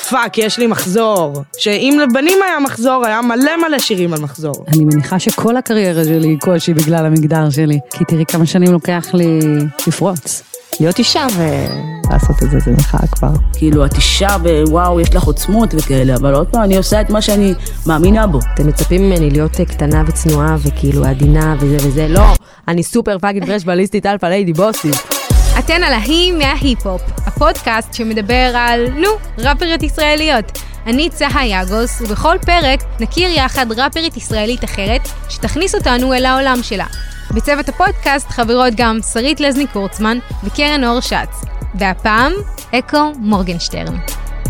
פאק, יש לי מחזור. שאם לבנים היה מחזור, היה מלא שירים על מחזור. אני מניחה שכל הקריירה שלי היא קושי בגלל המגדר שלי, כי תראי כמה שנים לוקח לי לפרוץ. להיות אישה ולעשות את זה, זה מחאה כבר. כאילו, את אישה ווואו, יש לך עוצמות וכאלה, אבל עוד פעם, אני עושה את מה שאני מאמינה בו. אתם מצפים ממני להיות קטנה וצנועה וכאילו עדינה וזה, לא. אני סופר פאקינג ברש בליסטית אלפא ליידי בוסית. אתן על ההיא מההיפ-הופ, הפודקאסט שמדבר על, ראפריות ישראליות. אני צחה יאגוס, ובכל פרק נכיר יחד ראפרית ישראלית אחרת, שתכניס אותנו אל העולם שלה. בצוות הפודקאסט חברות גם שרית לזני קורצמן וקרן אור שץ. והפעם, אקו מורגנשטרן.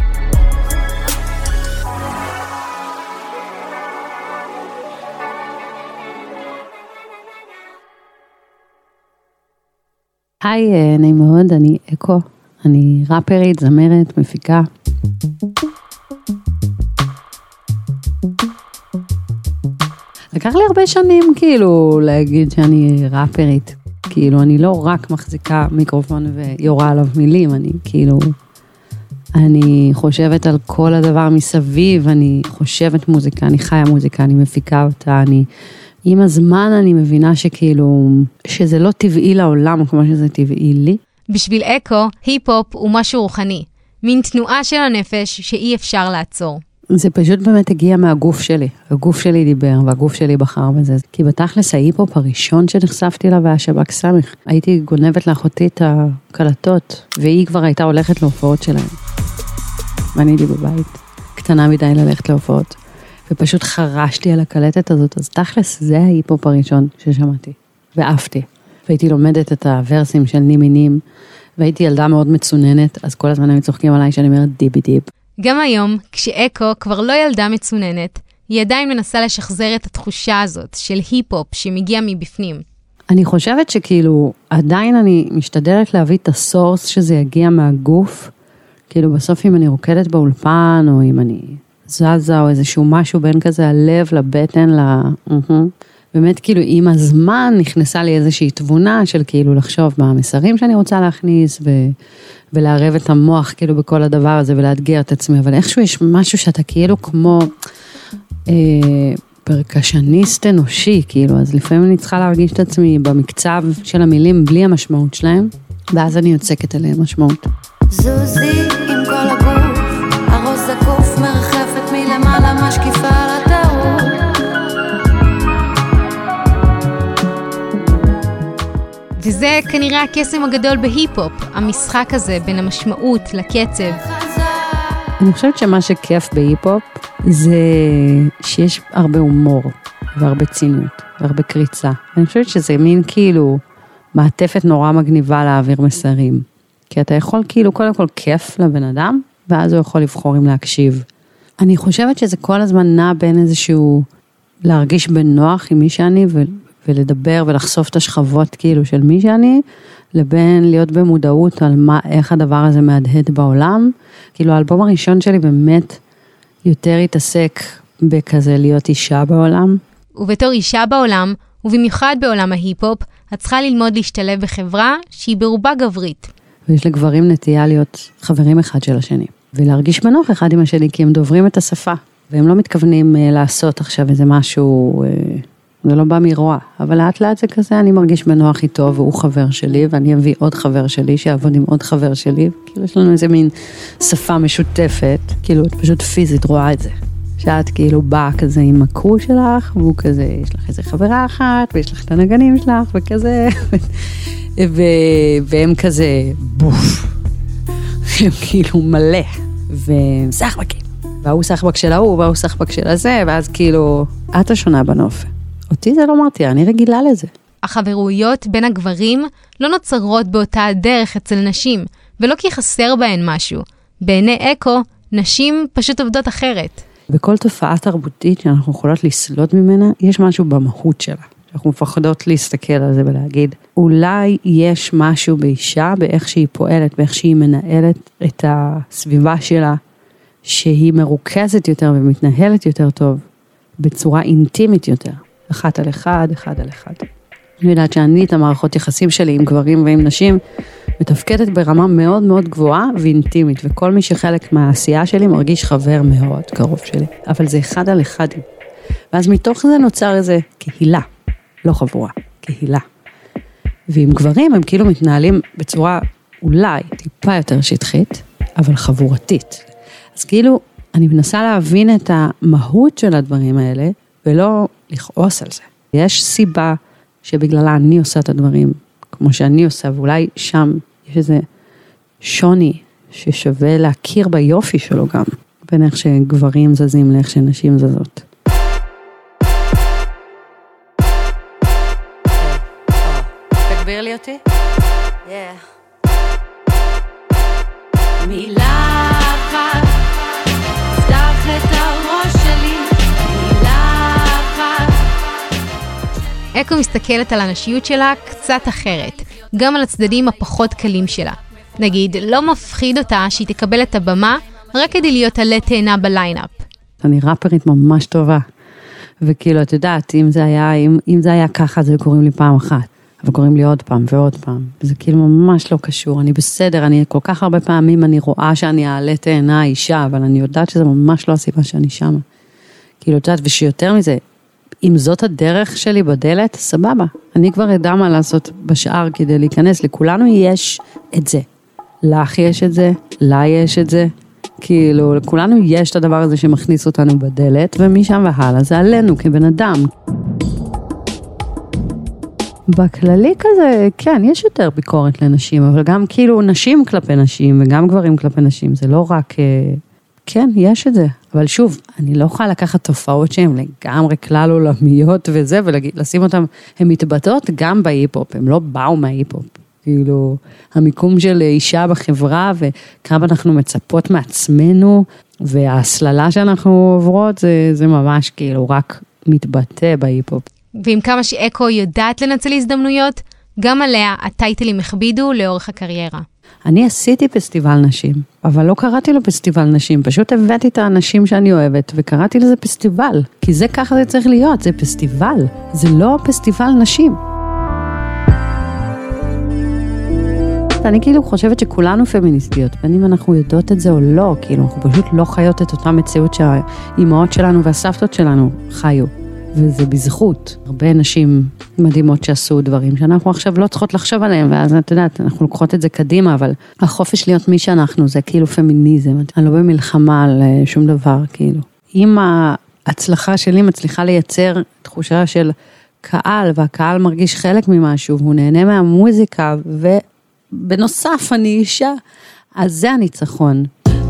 היי, נעים מאוד, אני אקו, אני ראפרית, זמרת, מפיקה. לקח לי הרבה שנים כאילו להגיד שאני ראפרית, כאילו אני לא רק מחזיקה מיקרופון ויורה עליו מילים, אני חושבת על כל הדבר מסביב, אני חושבת מוזיקה, אני חיה מוזיקה, אני מפיקה אותה, עם הזמן אני מבינה שכאילו, שזה לא טבעי לעולם כמו שזה טבעי לי. בשביל אקו, היפ-הופ הוא משהו רוחני, מין תנועה של הנפש שאי אפשר לעצור. זה פשוט באמת הגיע מהגוף שלי, הגוף שלי דיבר והגוף שלי בחר בזה, כי בתכלס ההיפ-הופ הראשון שנחשפתי לה היה שב"כ סמיך, הייתי גונבת לאחותי את הקלטות, והיא כבר הייתה הולכת להופעות שלהם, ואני הייתי בבית, קטנה מדי ללכת להופעות, ופשוט חרשתי על הקלטת הזאת, אז תכלס זה ההיפ-הופ הראשון ששמעתי, ואהבתי, והייתי לומדת את הוורסים של נימינים, והייתי ילדה מאוד מצוננת, אז כל הזמן הם צוחקים עליי שאני אומרת דיבי דיב. גם היום, כשאקו כבר לא ילדה מצוננת, היא עדיין מנסה לשחזר את התחושה הזאת של היפ-הופ שמגיע מבפנים. אני חושבת שכאילו, עדיין אני משתדלת להביא את הסורס שזה יגיע מהגוף, כאילו בסוף אם אני רוקדת באולפן, או אם אני זזה, או איזשהו משהו בין כזה הלב לבטן, באמת כאילו עם הזמן נכנסה לי איזושהי תבונה של כאילו לחשוב מה המסרים שאני רוצה להכניס, ולערב את המוח כאילו בכל הדבר הזה ולהדגיר את עצמי, אבל איכשהו יש משהו שאתה כאילו כמו פרקשניסט אנושי, כאילו, אז לפעמים אני צריכה להרגיש את עצמי במקצב של המילים בלי המשמעות שלהם, ואז אני יוצקת אליהם משמעות. זוזי עם כל הגוף, הראש זקוף מרחפת מלמעלה משקיפה על הטעות. וזה כנראה הקסם הגדול בהיפ-הופ, המשחק הזה בין המשמעות לקצב. אני חושבת שמה שכיף בהיפ-הופ זה שיש הרבה הומור והרבה ציניות והרבה קריצה. אני חושבת שזה מין כאילו מעטפת נורא מגניבה להעביר מסרים. כי אתה יכול כאילו קודם כל כיף לבן אדם, ואז הוא יכול לבחור אם להקשיב. אני חושבת שזה כל הזמן נע בין איזשהו להרגיש בנוח עם מי שאני ולדבר ולחשוף את השכבות כאילו של מי שאני, לבין להיות במודעות על איך הדבר הזה מהדהד בעולם. כאילו האלבום הראשון שלי באמת יותר התעסק בכזה להיות אישה בעולם. ובתור אישה בעולם, ובמיוחד בעולם ההיפ-הופ, את צריכה ללמוד להשתלב בחברה שהיא ברובה גברית. ויש לגברים נטייה להיות חברים אחד של השני, ולהרגיש בנוח אחד עם השני, כי הם דוברים את השפה, והם לא מתכוונים לעשות עכשיו איזה משהו, זה לא בא מרוע, אבל לאט לאט זה כזה, אני מרגיש בנוח איתו, והוא חבר שלי, ואני אביא עוד חבר שלי, שיעבוד עם עוד חבר שלי, כאילו יש לנו איזה מין שפה משותפת, כאילו את פשוט פיזית רואה את זה, שאת כאילו באה כזה עם הקרו שלך, והוא כזה, יש לך איזה חברה אחת, ויש לך את הנגנים שלך, וכזה, והם כזה בוף, הם כאילו מלא, וסחבקים, והוא סחבק של ההוא, והוא סחבק של הזה, ואז כאילו, את השונה בנוף. אותי זה לא מרתיע, אני רגילה לזה. החברויות בין הגברים לא נוצרות באותה הדרך אצל נשים, ולא כי חסר בהן משהו. בעיני אקו, נשים פשוט עובדות אחרת. בכל תופעה תרבותית שאנחנו יכולות לסלוד ממנה, יש משהו במהות שלה. אנחנו מפחדות להסתכל על זה ולהגיד, אולי יש משהו באישה, באיך שהיא פועלת, באיך שהיא מנהלת את הסביבה שלה, שהיא מרוכזת יותר ומתנהלת יותר טוב, בצורה אינטימית יותר. אחד על אחד. אני יודעת שאני את המערכות יחסים שלי עם גברים ועם נשים, מתפקדת ברמה מאוד מאוד גבוהה ואינטימית, וכל מי שחלק מהעשייה שלי מרגיש חבר מאוד קרוב שלי, אבל זה אחד על אחד. ואז מתוך זה נוצר איזה קהילה, לא חבורה, קהילה. ועם גברים הם כאילו מתנהלים בצורה אולי טיפה יותר שטחית, אבל חבורתית. אז כאילו אני מנסה להבין את המהות של הדברים האלה, ולא לכעוס על זה. יש סיבה שבגללה אני עושה את הדברים כמו שאני עושה, ואולי שם יש איזה שוני ששווה להכיר ביופי שלו גם, בין איך שגברים זזים לאיך שנשים זזות. תגביר לי אותי? מילה אחת, פתח את הראש שלי, מילה אחת. אקו מסתכלת על הנשיות שלה קצת אחרת, גם על הצדדים הפחות קלים שלה. נגיד, לא מפחיד אותה שהיא תקבל את הבמה רק כדי להיות עלה תאנה בליינאפ. אני ראפרית ממש טובה, וכאילו את יודעת, אם זה היה ככה, זה קוראים לי פעם אחת. אבל קוראים לי עוד פעם ועוד פעם, זה כאילו ממש לא קשור, אני בסדר, אני כל כך הרבה פעמים אני רואה שאני אעלה תאנה אישה, אבל אני יודעת שזה ממש לא הסיבה שאני שמה. כאילו, את יודעת, ושיותר מזה, אם זאת הדרך שלי בדלת, סבבה, אני כבר אדע מה לעשות בשאר כדי להיכנס, לכולנו יש את זה, לך יש את זה, לה יש את זה, כאילו, לכולנו יש את הדבר הזה שמכניס אותנו בדלת, ומשם והלאה, זה עלינו כבן אדם. בכללי כזה, כן, יש יותר ביקורת לנשים, אבל גם כאילו נשים כלפי נשים, וגם גברים כלפי נשים, זה לא רק, כן, יש את זה. אבל שוב, אני לא יכולה לקחת תופעות שהן לגמרי כלל עולמיות וזה, ולשים אותן, הן מתבטאות גם בהיפ-הופ, הן לא באו מההיפ-הופ. כאילו, המיקום של אישה בחברה, וכמה אנחנו מצפות מעצמנו, וההסללה שאנחנו עוברות, זה ממש כאילו רק מתבטא בהיפ-הופ. ועם כמה שאקו יודעת לנצל הזדמנויות, גם עליה הטייטלים הכבידו לאורך הקריירה. אני עשיתי פסטיבל נשים, אבל לא קראתי לו פסטיבל נשים, פשוט הבאתי את האנשים שאני אוהבת, וקראתי לזה פסטיבל, כי זה ככה זה צריך להיות, זה פסטיבל, זה לא פסטיבל נשים. אני כאילו חושבת שכולנו פמיניסטיות, בין אם אנחנו יודעות את זה או לא, כאילו אנחנו פשוט לא חיות את אותה מציאות שהאימהות שלנו והסבתות שלנו חיו. וזה בזכות. הרבה נשים מדהימות שעשו דברים שאנחנו עכשיו לא צריכות לחשוב עליהם, ואז את יודעת, אנחנו לוקחות את זה קדימה, אבל החופש להיות מי שאנחנו, זה כאילו פמיניזם. אני לא במלחמה על שום דבר, כאילו. אם ההצלחה שלי מצליחה לייצר תחושה של קהל, והקהל מרגיש חלק ממשהו, והוא נהנה מהמוזיקה, ובנוסף אני אישה, אז זה הניצחון.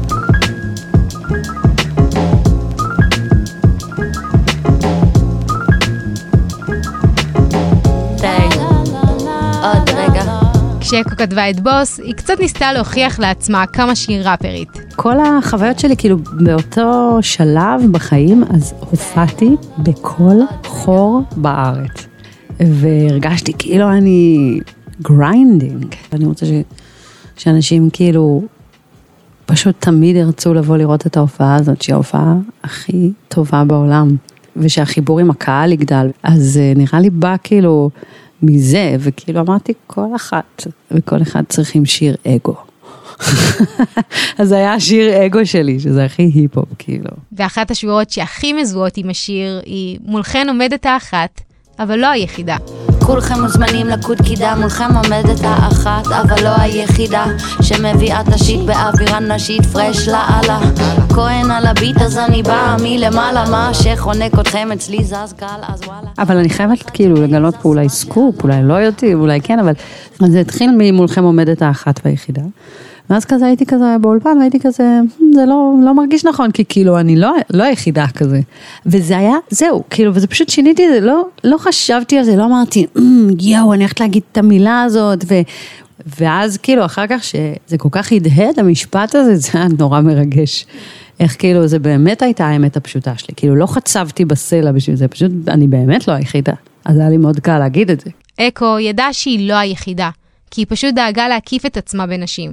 כשאקו כתבה את בוס, היא קצת ניסתה להוכיח לעצמה כמה שהיא ראפרית. כל החוויות שלי, כאילו, באותו שלב בחיים, אז הופעתי בכל חור בארץ. והרגשתי כאילו אני גריינדינג. אני רוצה שאנשים כאילו פשוט תמיד ירצו לבוא לראות את ההופעה הזאת, שהיא ההופעה הכי טובה בעולם. ושהחיבור עם הקהל יגדל. אז נראה לי בא כאילו מזה, וכאילו אמרתי, כל אחת וכל אחד צריכים שיר אגו. אז זה היה שיר אגו שלי, שזה הכי היפ-הופ, כאילו. ואחת השורות שהכי מזוהות עם השיר, היא מולכן עומדת האחת, אבל לא היחידה. כולכם מוזמנים לקוד קידה, מולכם עומדת האחת, אבל לא היחידה, שמביאה את השיט באווירה נשית, פרש לאללה. כהן על הביט, אז אני באה מלמעלה, מה שחונק אתכם אצלי זז קל, אז וואלה. אבל אני חייבת כאילו לגלות פה אולי סקופ, אולי לא יודעים, אולי כן, אבל זה התחיל ממולכם עומדת האחת והיחידה. ואז כזה הייתי כזה באולפן, והייתי כזה, זה לא מרגיש נכון, כי כאילו אני לא היחידה כזה. וזה היה, זהו, כאילו, וזה פשוט שיניתי את זה, לא חשבתי על זה, לא אמרתי, יאו, אני הולכת להגיד את המילה הזאת, ואז כאילו אחר כך שזה כל כך הדהד, המשפט הזה, זה היה נורא מרגש. איך כאילו, זה באמת הייתה האמת הפשוטה שלי, כאילו לא חצבתי בסלע בשביל זה, פשוט אני באמת לא היחידה. אז היה לי מאוד קל להגיד את זה. אקו ידע שהיא לא היחידה, כי היא פשוט דאגה להקיף את עצמה בנשים.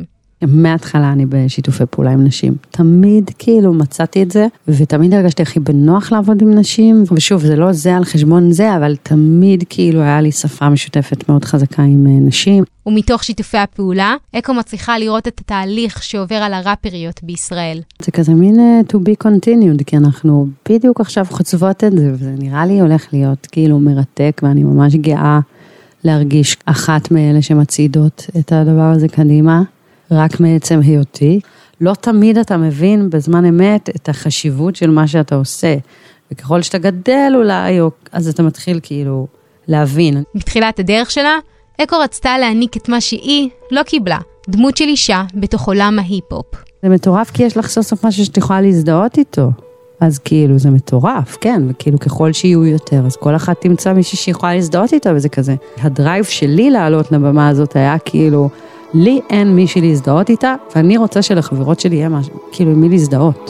מההתחלה אני בשיתופי פעולה עם נשים. תמיד כאילו מצאתי את זה, ותמיד הרגשתי הכי בנוח לעבוד עם נשים, ושוב, זה לא זה על חשבון זה, אבל תמיד כאילו היה לי שפה משותפת מאוד חזקה עם נשים. ומתוך שיתופי הפעולה, אקו מצליחה לראות את התהליך שעובר על הראפריות בישראל. זה כזה מין to be continued, כי אנחנו בדיוק עכשיו חוצבות את זה, וזה נראה לי הולך להיות כאילו מרתק, ואני ממש גאה להרגיש אחת מאלה שמצעידות את הדבר הזה קדימה, רק מעצם היותי. לא תמיד אתה מבין בזמן אמת את החשיבות של מה שאתה עושה, וככל שאתה גדל אולי, אז אתה מתחיל כאילו להבין. בתחילת הדרך שלה, אקו רצתה להעניק את מה שהיא לא קיבלה, דמות של אישה בתוך עולם ההיפ-הופ. זה מטורף כי יש לך סוף סוף משהו שאת יכולה להזדהות איתו. אז כאילו זה מטורף, כן, וכאילו ככל שיהיו יותר, אז כל אחת תמצא מישהי שיכולה להזדהות איתה, וזה כזה. הדרייב שלי לעלות לבמה הזאת היה כאילו, לי אין מישהי להזדהות איתה, ואני רוצה שלחברות שלי יהיה משהו, כאילו מי להזדהות.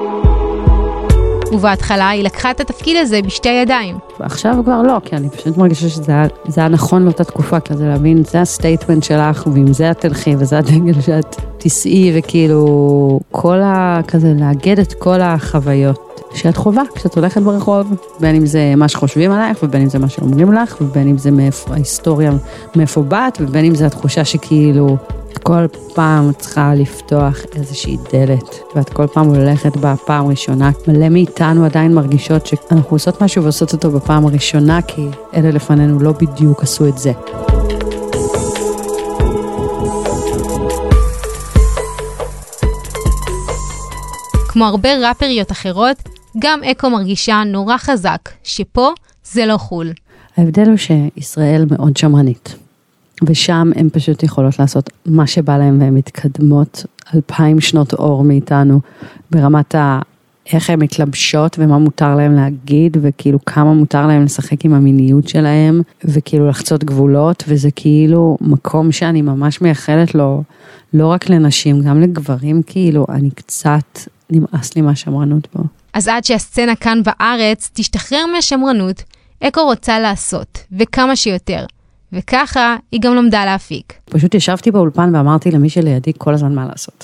ובהתחלה היא לקחה את התפקיד הזה בשתי ידיים. עכשיו כבר לא, כי אני פשוט מרגישה שזה היה נכון לאותה תקופה, כזה להבין, זה הסטייטמנט שלך, ועם זה את תלכי, וזה הדגל שאת תסעי, וכאילו, כזה לאגד את כל החוויות שאת חובה, כשאת הולכת ברחוב, בין אם זה מה שחושבים עלייך, ובין אם זה מה שאומרים לך, ובין אם זה ההיסטוריה מאיפה באת, ובין אם זה התחושה שכאילו, כל פעם צריכה לפתוח איזושהי דלת, ואת כל פעם הולכת בפעם ראשונה. מלא מאיתנו עדיין מרגישות שאנחנו עושות משהו ועושות אותו בפעם הראשונה, כי אלה לפנינו לא בדיוק עשו את זה. כמו הרבה ראפריות אחרות, גם אקו מרגישה נורא חזק, שפה זה לא חול. ההבדל הוא שישראל מאוד שמרנית. ושם הן פשוט יכולות לעשות מה שבא להם, והן מתקדמות 2000 שנות אור מאיתנו, ברמת איך הן מתלבשות, ומה מותר להם להגיד, וכאילו כמה מותר להם לשחק עם המיניות שלהם, וכאילו לחצות גבולות, וזה כאילו מקום שאני ממש מייחלת לו, לא רק לנשים, גם לגברים, כאילו אני קצת נמאס לי מהשמרנות בו. אז עד שהסצנה כאן בארץ תשתחרר מהשמרנות, אקו רוצה לעשות, וכמה שיותר. וככה היא גם לומדה להפיק. פשוט ישבתי באולפן ואמרתי למי שלידי כל הזמן מה לעשות.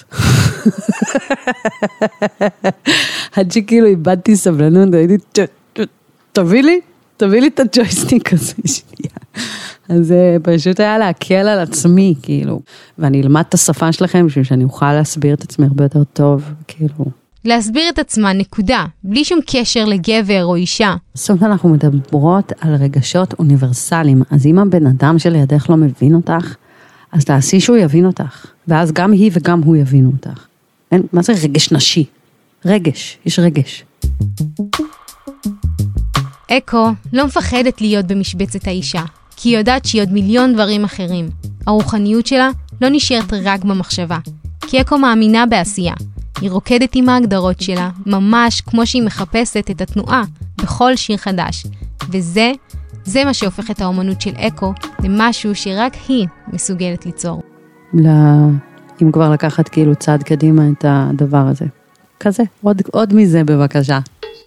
עד שכאילו איבדתי סבלנות, הייתי, תביא לי את הג'ויסטיק הזה שנייה. אז זה פשוט היה להקל על עצמי, כאילו. ואני אלמד את השפה שלכם, בשביל שאני אוכל להסביר את עצמי הרבה יותר טוב, כאילו. להסביר את עצמה, נקודה, בלי שום קשר לגבר או אישה. בסוף אנחנו מדברות על רגשות אוניברסליים, אז אם הבן אדם שלידך לא מבין אותך, אז תעשי שהוא יבין אותך, ואז גם היא וגם הוא יבינו אותך. מה זה רגש נשי? רגש, יש רגש. אקו לא מפחדת להיות במשבצת האישה, כי היא יודעת שהיא עוד מיליון דברים אחרים. הרוחניות שלה לא נשארת רק במחשבה, כי אקו מאמינה בעשייה. היא רוקדת עם ההגדרות שלה, ממש כמו שהיא מחפשת את התנועה בכל שיר חדש. וזה מה שהופך את האומנות של אקו למשהו שרק היא מסוגלת ליצור. אם כבר לקחת כאילו צעד קדימה את הדבר הזה. כזה, עוד מזה בבקשה.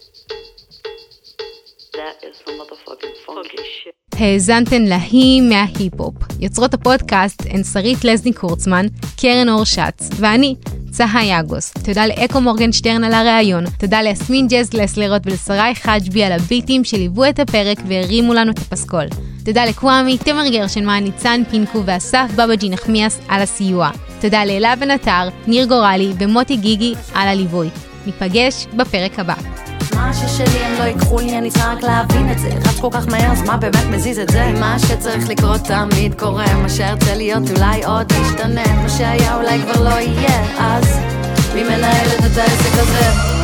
האזנתן להיא מההיפ-הופ. יוצרות הפודקאסט הן שרית לזני קורצמן, קרן אור שץ, ואני, צהה יאגוס. תודה לאקו מורגנשטרן על הרעיון, תודה לאסמין ג'ז לסלרות ולשרי חג'בי על הביטים שליוו את הפרק והרימו לנו את הפסקול. תודה לקוואמי, תמר גרשנמן, ניצן פינקו ואסף בבג'י נחמיאס על הסיוע. תודה לאלה ונטר, ניר גורלי ומוטי גיגי על הליווי. ניפגש בפרק הבא. מה ששלי הם לא ייקחו לי, אני צריך רק להבין את זה. רץ כל כך מהר, אז מה באמת מזיז את זה? מה שצריך לקרות תמיד קורה, מה שרצה להיות אולי עוד ישתנה, מה שהיה אולי כבר לא יהיה. אז מי מנהלת את העסק הזה?